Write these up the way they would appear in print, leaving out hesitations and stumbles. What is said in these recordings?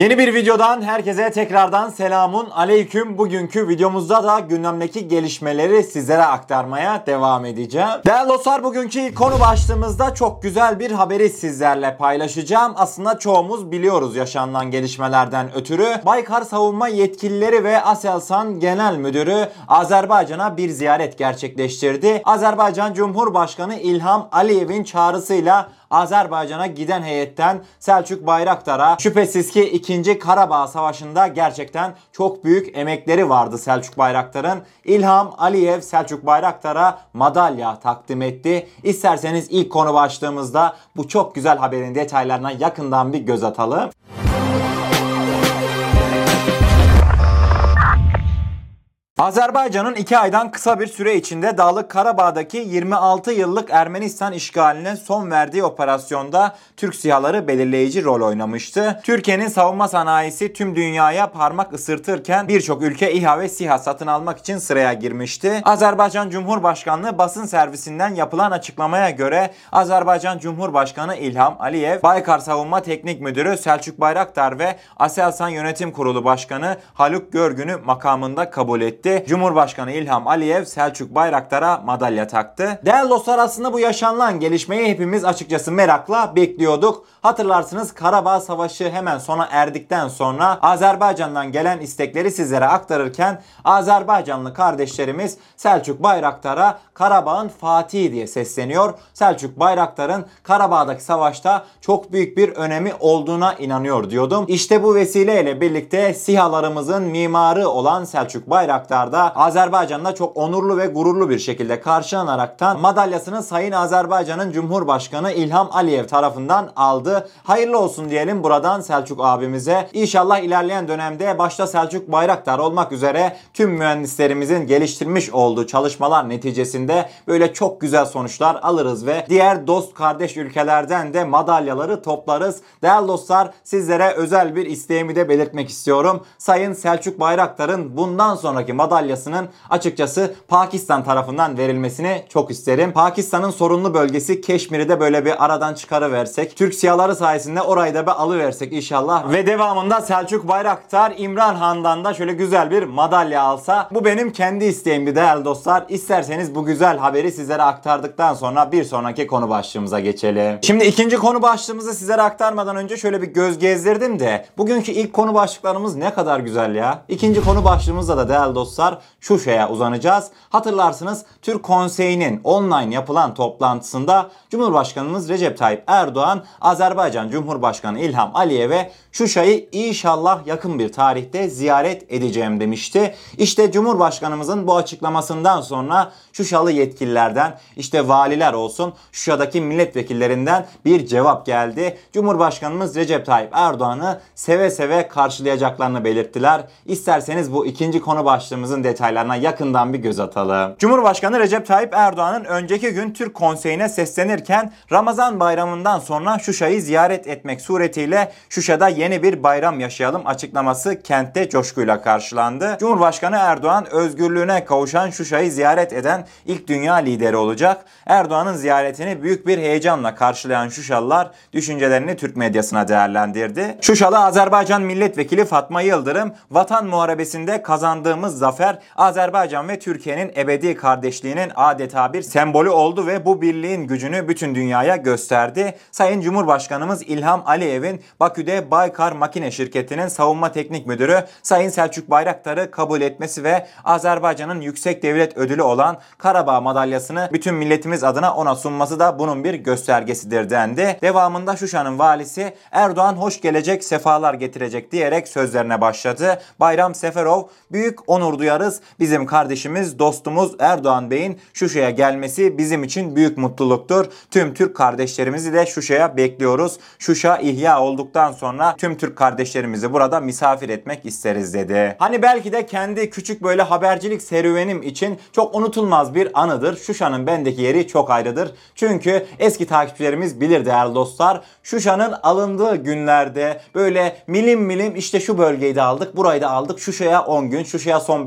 Yeni bir videodan herkese tekrardan selamun aleyküm. Bugünkü videomuzda da gündemdeki gelişmeleri sizlere aktarmaya devam edeceğim. Değerli dostlar, bugünkü ilk konu başlığımızda çok güzel bir haberi sizlerle paylaşacağım. Aslında çoğumuz biliyoruz yaşanılan gelişmelerden ötürü. Baykar Savunma Yetkilileri ve Aselsan Genel Müdürü Azerbaycan'a bir ziyaret gerçekleştirdi. Azerbaycan Cumhurbaşkanı İlham Aliyev'in çağrısıyla Azerbaycan'a giden heyetten Selçuk Bayraktar'a, şüphesiz ki 2. Karabağ Savaşı'nda gerçekten çok büyük emekleri vardı Selçuk Bayraktar'ın. İlham Aliyev Selçuk Bayraktar'a madalya takdim etti. İsterseniz ilk konu başlığımızda bu çok güzel haberin detaylarına yakından bir göz atalım. Azerbaycan'ın 2 aydan kısa bir süre içinde Dağlık Karabağ'daki 26 yıllık Ermenistan işgaline son verdiği operasyonda Türk SİHA'ları belirleyici rol oynamıştı. Türkiye'nin savunma sanayisi tüm dünyaya parmak ısırtırken birçok ülke İHA ve SİHA satın almak için sıraya girmişti. Azerbaycan Cumhurbaşkanlığı basın servisinden yapılan açıklamaya göre Azerbaycan Cumhurbaşkanı İlham Aliyev, Baykar Savunma Teknik Müdürü Selçuk Bayraktar ve Aselsan Yönetim Kurulu Başkanı Haluk Görgün'ü makamında kabul etti. Cumhurbaşkanı İlham Aliyev Selçuk Bayraktar'a madalya taktı. Değerli dostlar, aslında bu yaşanılan gelişmeyi hepimiz açıkçası merakla bekliyorduk. Hatırlarsınız, Karabağ Savaşı hemen sona erdikten sonra Azerbaycan'dan gelen istekleri sizlere aktarırken Azerbaycanlı kardeşlerimiz Selçuk Bayraktar'a Karabağ'ın Fatihi diye sesleniyor. Selçuk Bayraktar'ın Karabağ'daki savaşta çok büyük bir önemi olduğuna inanıyor diyordum. İşte bu vesileyle birlikte SİHA'larımızın mimarı olan Selçuk Bayraktar da Azerbaycan'da çok onurlu ve gururlu bir şekilde karşılanaraktan madalyasını Sayın Azerbaycan'ın Cumhurbaşkanı İlham Aliyev tarafından aldı. Hayırlı olsun diyelim buradan Selçuk abimize. İnşallah ilerleyen dönemde başta Selçuk Bayraktar olmak üzere tüm mühendislerimizin geliştirmiş olduğu çalışmalar neticesinde böyle çok güzel sonuçlar alırız ve diğer dost kardeş ülkelerden de madalyaları toplarız. Değerli dostlar, sizlere özel bir isteğimi de belirtmek istiyorum. Sayın Selçuk Bayraktar'ın bundan sonraki madalyasının açıkçası Pakistan tarafından verilmesini çok isterim. Pakistan'ın sorunlu bölgesi Keşmir'i de böyle bir aradan çıkarıversek, Türk SİHA'ları sayesinde orayı da bir alıversek inşallah ve devamında Selçuk Bayraktar İmran Han'dan da şöyle güzel bir madalya alsa, bu benim kendi isteğimdi değerli dostlar. İsterseniz bu güzel haberi sizlere aktardıktan sonra bir sonraki konu başlığımıza geçelim. Şimdi ikinci konu başlığımızı sizlere aktarmadan önce şöyle bir göz gezdirdim de bugünkü ilk konu başlıklarımız ne kadar güzel ya. İkinci konu başlığımızda da değerli dostlar Şuşa'ya uzanacağız. Hatırlarsınız, Türk Konseyi'nin online yapılan toplantısında Cumhurbaşkanımız Recep Tayyip Erdoğan, Azerbaycan Cumhurbaşkanı İlham Aliyev'e Şuşa'yı inşallah yakın bir tarihte ziyaret edeceğim demişti. İşte Cumhurbaşkanımızın bu açıklamasından sonra Şuşalı yetkililerden, işte valiler olsun, Şuşa'daki milletvekillerinden bir cevap geldi. Cumhurbaşkanımız Recep Tayyip Erdoğan'ı seve seve karşılayacaklarını belirttiler. İsterseniz bu ikinci konu başlığımızın detaylarına yakından bir göz atalım. Cumhurbaşkanı Recep Tayyip Erdoğan'ın önceki gün Türk Konseyi'ne seslenirken Ramazan bayramından sonra Şuşa'yı ziyaret etmek suretiyle Şuşa'da yeni bir bayram yaşayalım açıklaması kentte coşkuyla karşılandı. Cumhurbaşkanı Erdoğan özgürlüğüne kavuşan Şuşa'yı ziyaret eden ilk dünya lideri olacak. Erdoğan'ın ziyaretini büyük bir heyecanla karşılayan Şuşalılar düşüncelerini Türk medyasına değerlendirdi. Şuşalı Azerbaycan Milletvekili Fatma Yıldırım, Vatan Muharebesi'nde kazandığımız zafer Azerbaycan ve Türkiye'nin ebedi kardeşliğinin adeta bir sembolü oldu ve bu birliğin gücünü bütün dünyaya gösterdi. Sayın Cumhurbaşkanımız İlham Aliyev'in Bakü'de Baykar Makine Şirketi'nin savunma teknik müdürü Sayın Selçuk Bayraktar'ı kabul etmesi ve Azerbaycan'ın yüksek devlet ödülü olan Karabağ madalyasını bütün milletimiz adına ona sunması da bunun bir göstergesidir dendi. Devamında Şuşa'nın valisi Erdoğan hoş gelecek, sefalar getirecek diyerek sözlerine başladı. Bayram Seferov, büyük onur duyarız. Bizim kardeşimiz, dostumuz Erdoğan Bey'in Şuşa'ya gelmesi bizim için büyük mutluluktur. Tüm Türk kardeşlerimizi de Şuşa'ya bekliyoruz. Şuşa ihya olduktan sonra tüm Türk kardeşlerimizi burada misafir etmek isteriz dedi. Hani belki de kendi küçük böyle habercilik serüvenim için çok unutulmaz bir anıdır. Şuşa'nın bendeki yeri çok ayrıdır. Çünkü eski takipçilerimiz bilir değerli dostlar. Şuşa'nın alındığı günlerde böyle milim milim işte şu bölgeyi de aldık, burayı da aldık. Şuşa'ya 10 gün, Şuşa'ya son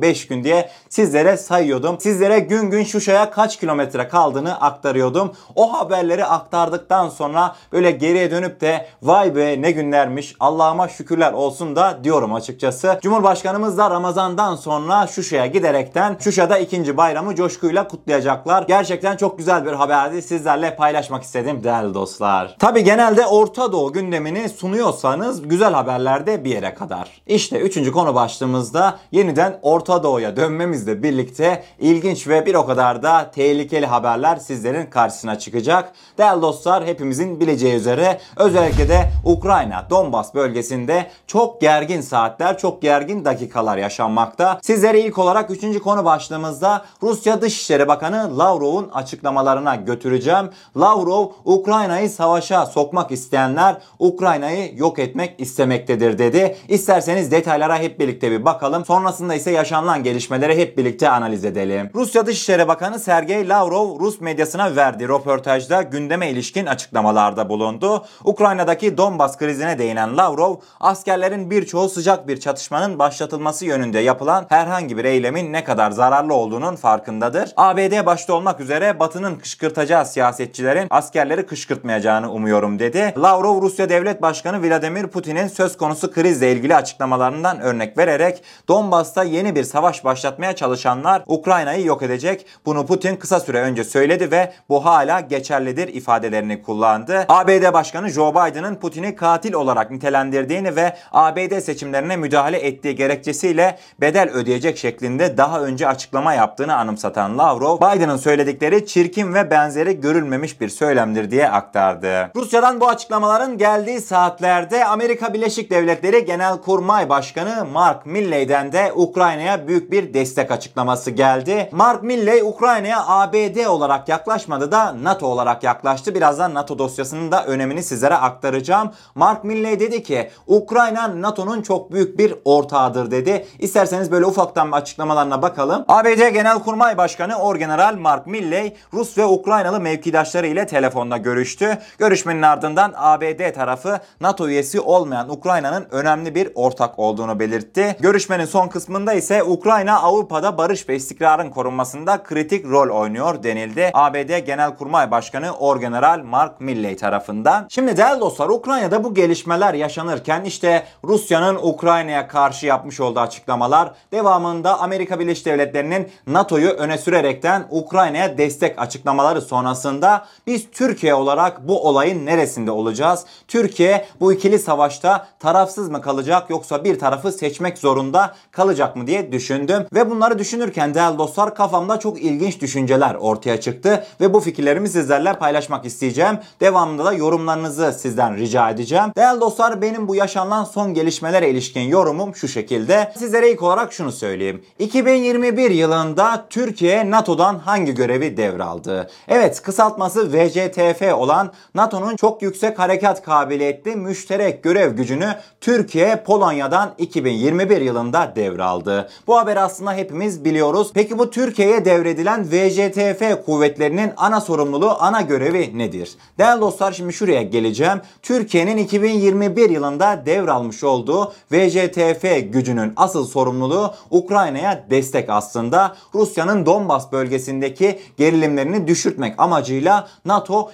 5 gün diye sizlere sayıyordum. Sizlere gün gün Şuşa'ya kaç kilometre kaldığını aktarıyordum. O haberleri aktardıktan sonra böyle geriye dönüp de vay be ne günlermiş, Allah'ıma şükürler olsun da diyorum açıkçası. Cumhurbaşkanımız da Ramazan'dan sonra Şuşa'ya giderekten Şuşa'da ikinci bayramı coşkuyla kutlayacaklar. Gerçekten çok güzel bir haberdi. Sizlerle paylaşmak istedim değerli dostlar. Tabi genelde Orta Doğu gündemini sunuyorsanız güzel haberler de bir yere kadar. İşte 3. konu başlığımızda yeniden Orta Doğu'ya dönmemizle birlikte ilginç ve bir o kadar da tehlikeli haberler sizlerin karşısına çıkacak. Değerli dostlar, hepimizin bileceği üzere özellikle de Ukrayna, Donbas bölgesinde çok gergin saatler, çok gergin dakikalar yaşanmakta. Sizleri ilk olarak 3. konu başlığımızda Rusya Dışişleri Bakanı Lavrov'un açıklamalarına götüreceğim. Lavrov, Ukrayna'yı savaşa sokmak isteyenler Ukrayna'yı yok etmek istemektedir dedi. İsterseniz detaylara hep birlikte bir bakalım. Sonrasında ise yaşanılan gelişmeleri hep birlikte analiz edelim. Rusya Dışişleri Bakanı Sergey Lavrov Rus medyasına verdiği röportajda gündeme ilişkin açıklamalarda bulundu. Ukrayna'daki Donbas krizine değinen Lavrov, askerlerin birçoğu sıcak bir çatışmanın başlatılması yönünde yapılan herhangi bir eylemin ne kadar zararlı olduğunun farkındadır. ABD başta olmak üzere Batı'nın kışkırtacağı siyasetçilerin askerleri kışkırtmayacağını umuyorum dedi. Lavrov, Rusya Devlet Başkanı Vladimir Putin'in söz konusu krizle ilgili açıklamalarından örnek vererek Donbas'ta yeni bir savaş başlatmaya çalışanlar Ukrayna'yı yok edecek. Bunu Putin kısa süre önce söyledi ve bu hala geçerlidir ifadelerini kullandı. ABD Başkanı Joe Biden'ın Putin'i katil olarak nitelendirdiğini ve ABD seçimlerine müdahale ettiği gerekçesiyle bedel ödeyecek şeklinde daha önce açıklama yaptığını anımsatan Lavrov, Biden'ın söyledikleri çirkin ve benzeri görülmemiş bir söylemdir diye aktardı. Rusya'dan bu açıklamaların geldiği saatlerde Amerika Birleşik Devletleri Genelkurmay Başkanı Mark Milley'den de Ukrayna'ya büyük bir destek açıklaması geldi. Mark Milley Ukrayna'ya ABD olarak yaklaşmadı da NATO olarak yaklaştı. Birazdan NATO dosyasının da önemini sizlere aktaracağım. Mark Milley dedi ki Ukrayna NATO'nun çok büyük bir ortağıdır dedi. İsterseniz böyle ufaktan bir açıklamalarına bakalım. ABD Genelkurmay Başkanı Orgeneral Mark Milley Rus ve Ukraynalı mevkidaşları ile telefonda görüştü. Görüşmenin ardından ABD tarafı NATO üyesi olmayan Ukrayna'nın önemli bir ortak olduğunu belirtti. Görüşmenin son kısmında ise Ukrayna Avrupa'da barış ve istikrarın korunmasında kritik rol oynuyor denildi. ABD Genelkurmay Başkanı Orgeneral Mark Milley tarafından. Şimdi değerli dostlar, Ukrayna'da bu gelişmeler yaşanırken işte Rusya'nın Ukrayna'ya karşı yapmış olduğu açıklamalar, devamında Amerika Birleşik Devletleri'nin NATO'yu öne sürerekten Ukrayna'ya destek açıklamaları sonrasında biz Türkiye olarak bu olayın neresinde olacağız? Türkiye bu ikili savaşta tarafsız mı kalacak yoksa bir tarafı seçmek zorunda kalacak mı diye düşündüm. Ve bunları düşünürken değerli dostlar kafamda çok ilginç düşünceler ortaya çıktı ve bu fikirlerimi sizlerle paylaşmak isteyeceğim. Devamında da yorumlarınızı sizden rica edeceğim. Değerli dostlar, benim bu yaşanan son gelişmelere ilişkin yorumum şu şekilde. Sizlere ilk olarak şunu söyleyeyim. 2021 yılında Türkiye NATO'dan hangi görevi devraldı? Evet, kısaltması VJTF olan NATO'nun çok yüksek harekat kabiliyetli müşterek görev gücünü Türkiye Polonya'dan 2021 yılında devraldı. Bu haberi aslında hepimiz biliyoruz. Peki bu Türkiye'ye devredilen VJTF kuvvetlerinin ana sorumluluğu, ana görevi nedir? Değerli dostlar, şimdi şuraya geleceğim. Türkiye'nin 2021 yılında devralmış olduğu VJTF gücünün asıl sorumluluğu Ukrayna'ya destek aslında. Rusya'nın Donbas bölgesindeki gerilimlerini düşürtmek amacıyla NATO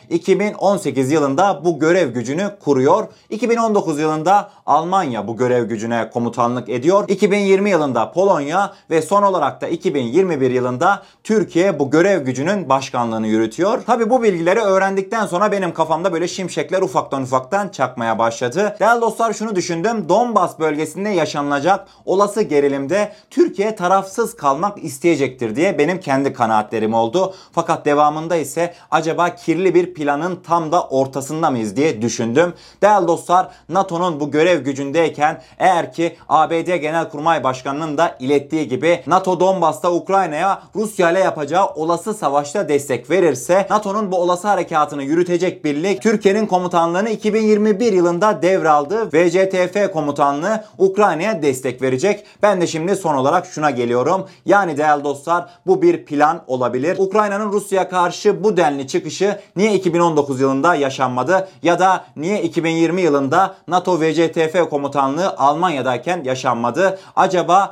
2018 yılında bu görev gücünü kuruyor. 2019 yılında Almanya bu görev gücüne komutanlık ediyor. 2020 yılında Polonya ve son olarak da 2021 yılında Türkiye bu görev gücünün başkanlığını yürütüyor. Tabi bu bilgileri öğrendikten sonra benim kafamda böyle şimşekler ufaktan çakmaya başladı. Değerli dostlar, şunu düşündüm. Donbas bölgesinde yaşanılacak olası gerilimde Türkiye tarafsız kalmak isteyecektir diye benim kendi kanaatlerim oldu. Fakat devamında ise acaba kirli bir planın tam da ortasında mıyız diye düşündüm. Değerli dostlar, NATO'nun bu görev gücündeyken eğer ki ABD Genelkurmay Başkanı'nın da ilettiği gibi NATO Donbas'ta Ukrayna'ya Rusya ile yapacağı olası savaşta destek verirse NATO'nun bu olası harekatını yürütecek birlik Türkiye'nin komutanlığını 2021 yılında devraldığı VJTF komutanlığı Ukrayna'ya destek verecek. Ben de şimdi son olarak şuna geliyorum. Yani değerli dostlar, bu bir plan olabilir. Ukrayna'nın Rusya'ya karşı bu denli çıkışı niye 2019 yılında yaşanmadı ya da niye 2020 yılında NATO VJTF komutanlığı Almanya'dayken yaşanmadı? Acaba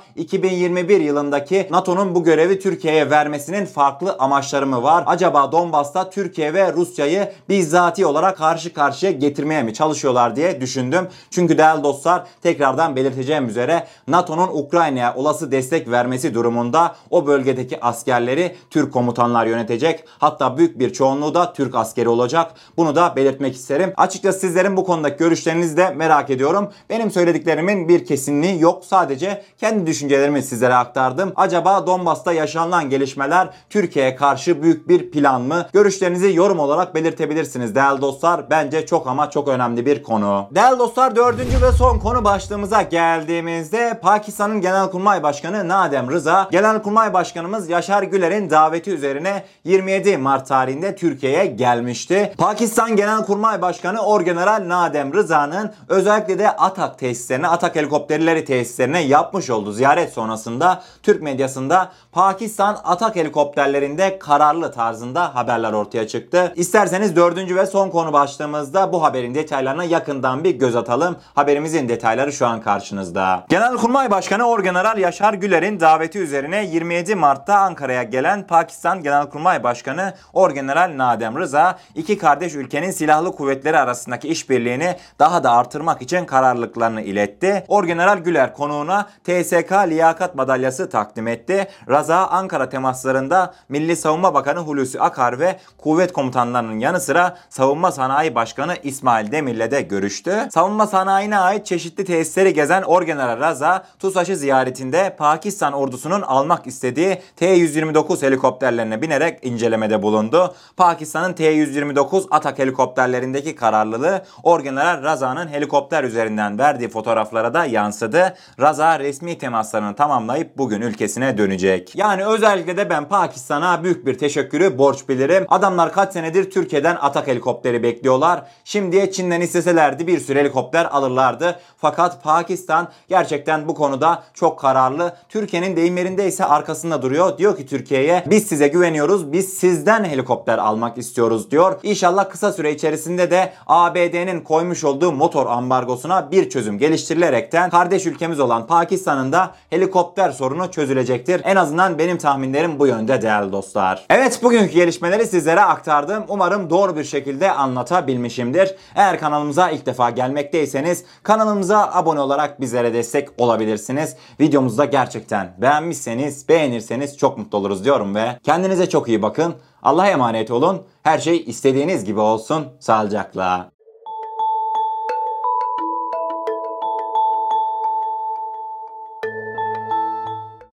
2021 yılındaki NATO'nun bu görevi Türkiye'ye vermesinin farklı amaçları mı var? Acaba Donbas'ta Türkiye ve Rusya'yı bizzati olarak karşı karşıya getirmeye mi çalışıyorlar diye düşündüm. Çünkü değerli dostlar, tekrardan belirteceğim üzere NATO'nun Ukrayna'ya olası destek vermesi durumunda o bölgedeki askerleri Türk komutanlar yönetecek. Hatta büyük bir çoğunluğu da Türk askeri olacak. Bunu da belirtmek isterim. Açıkçası sizlerin bu konudaki görüşlerinizi de merak ediyorum. Benim söylediklerimin bir kesinliği yok. Sadece kendi düşüncelerimi sizlere aktardım. Acaba Donbas'ta yaşanılan gelişmeler Türkiye'ye karşı büyük bir plan mı? Görüşlerinizi yorum olarak belirtebilirsiniz değerli dostlar. Bence çok ama çok önemli bir konu. Değerli dostlar, dördüncü ve son konu başlığımıza geldiğimizde Pakistan'ın Genelkurmay Başkanı Nadem Rıza, Genelkurmay Başkanımız Yaşar Güler'in daveti üzerine 27 Mart tarihinde Türkiye'ye gelmişti. Pakistan Genelkurmay Başkanı Orgeneral Nadem Rıza'nın özellikle de Atak tesislerine, Atak helikopterleri tesislerine yapmış olduğu ziyaret sonrasında Türk medyasında Pakistan Atak helikopterlerinde kararlı tarzında haberler ortaya çıktı. İsterseniz dördüncü ve son konu başlığımızda bu haberin detaylarına yakından bir göz atalım. Haberimizin detayları şu an karşınızda. Genelkurmay Başkanı Orgeneral Yaşar Güler'in daveti üzerine 27 Mart'ta Ankara'ya gelen Pakistan Genelkurmay Başkanı Orgeneral Nadem Rıza, iki kardeş ülkenin silahlı kuvvetleri arasındaki işbirliğini daha da artırmak için kararlılıklarını iletti. Orgeneral Güler konuğuna TSK Liyakat Madalyası takdim etti. Rıza Ankara temaslarında Milli Savunma Bakanı Hulusi Akar ve kuvvet komutanlarının yanı sıra Savunma Sanayi Başkanı İsmail Demir'le de görüştü. Savunma sanayine ait çeşitli tesisleri gezen Orgeneral Rıza, TUSAŞ'ı ziyaretinde Pakistan ordusunun almak istediği T-129 helikopterlerine binerek incelemede bulundu. Pakistan'ın T-129 Atak helikopterlerindeki kararlılığı Orgeneral Rıza'nın helikopter üzerinden verdiği fotoğraflara da yansıdı. Rıza resmi temaslarını tamamlayıp bugün ülkesine dönecek. Yani özellikle de ben Pakistan'a büyük bir teşekkürü borç bilirim. Adamlar kaç senedir Türkiye'den Atak helikopteri bekliyorlar. Şimdiye Çin'den isteselerdi bir sürü helikopter alırlardı. Fakat Pakistan gerçekten bu konuda çok kararlı. Türkiye'nin deyim yerindeyse arkasında duruyor. Diyor ki Türkiye'ye, biz size güveniyoruz. Biz sizden helikopter almak istiyoruz diyor. İnşallah kısa süre içerisinde de ABD'nin koymuş olduğu motor ambargosuna bir çözüm geliştirilerekten kardeş ülkemiz olan Pakistan'ın da helikopter sorunu çözülecektir. En azından benim tahminlerim bu yönde değerli dostlar. Evet, bugünkü gelişmeleri sizlere aktardım. Umarım doğru bir şekilde anlatabilmişimdir. Eğer kanalımıza ilk defa gelmekteyseniz kanalımıza abone olarak bizlere destek olabilirsiniz. Videomuzu da gerçekten beğenirseniz çok mutlu oluruz diyorum ve kendinize çok iyi bakın. Allah'a emanet olun. Her şey istediğiniz gibi olsun. Sağlıcakla.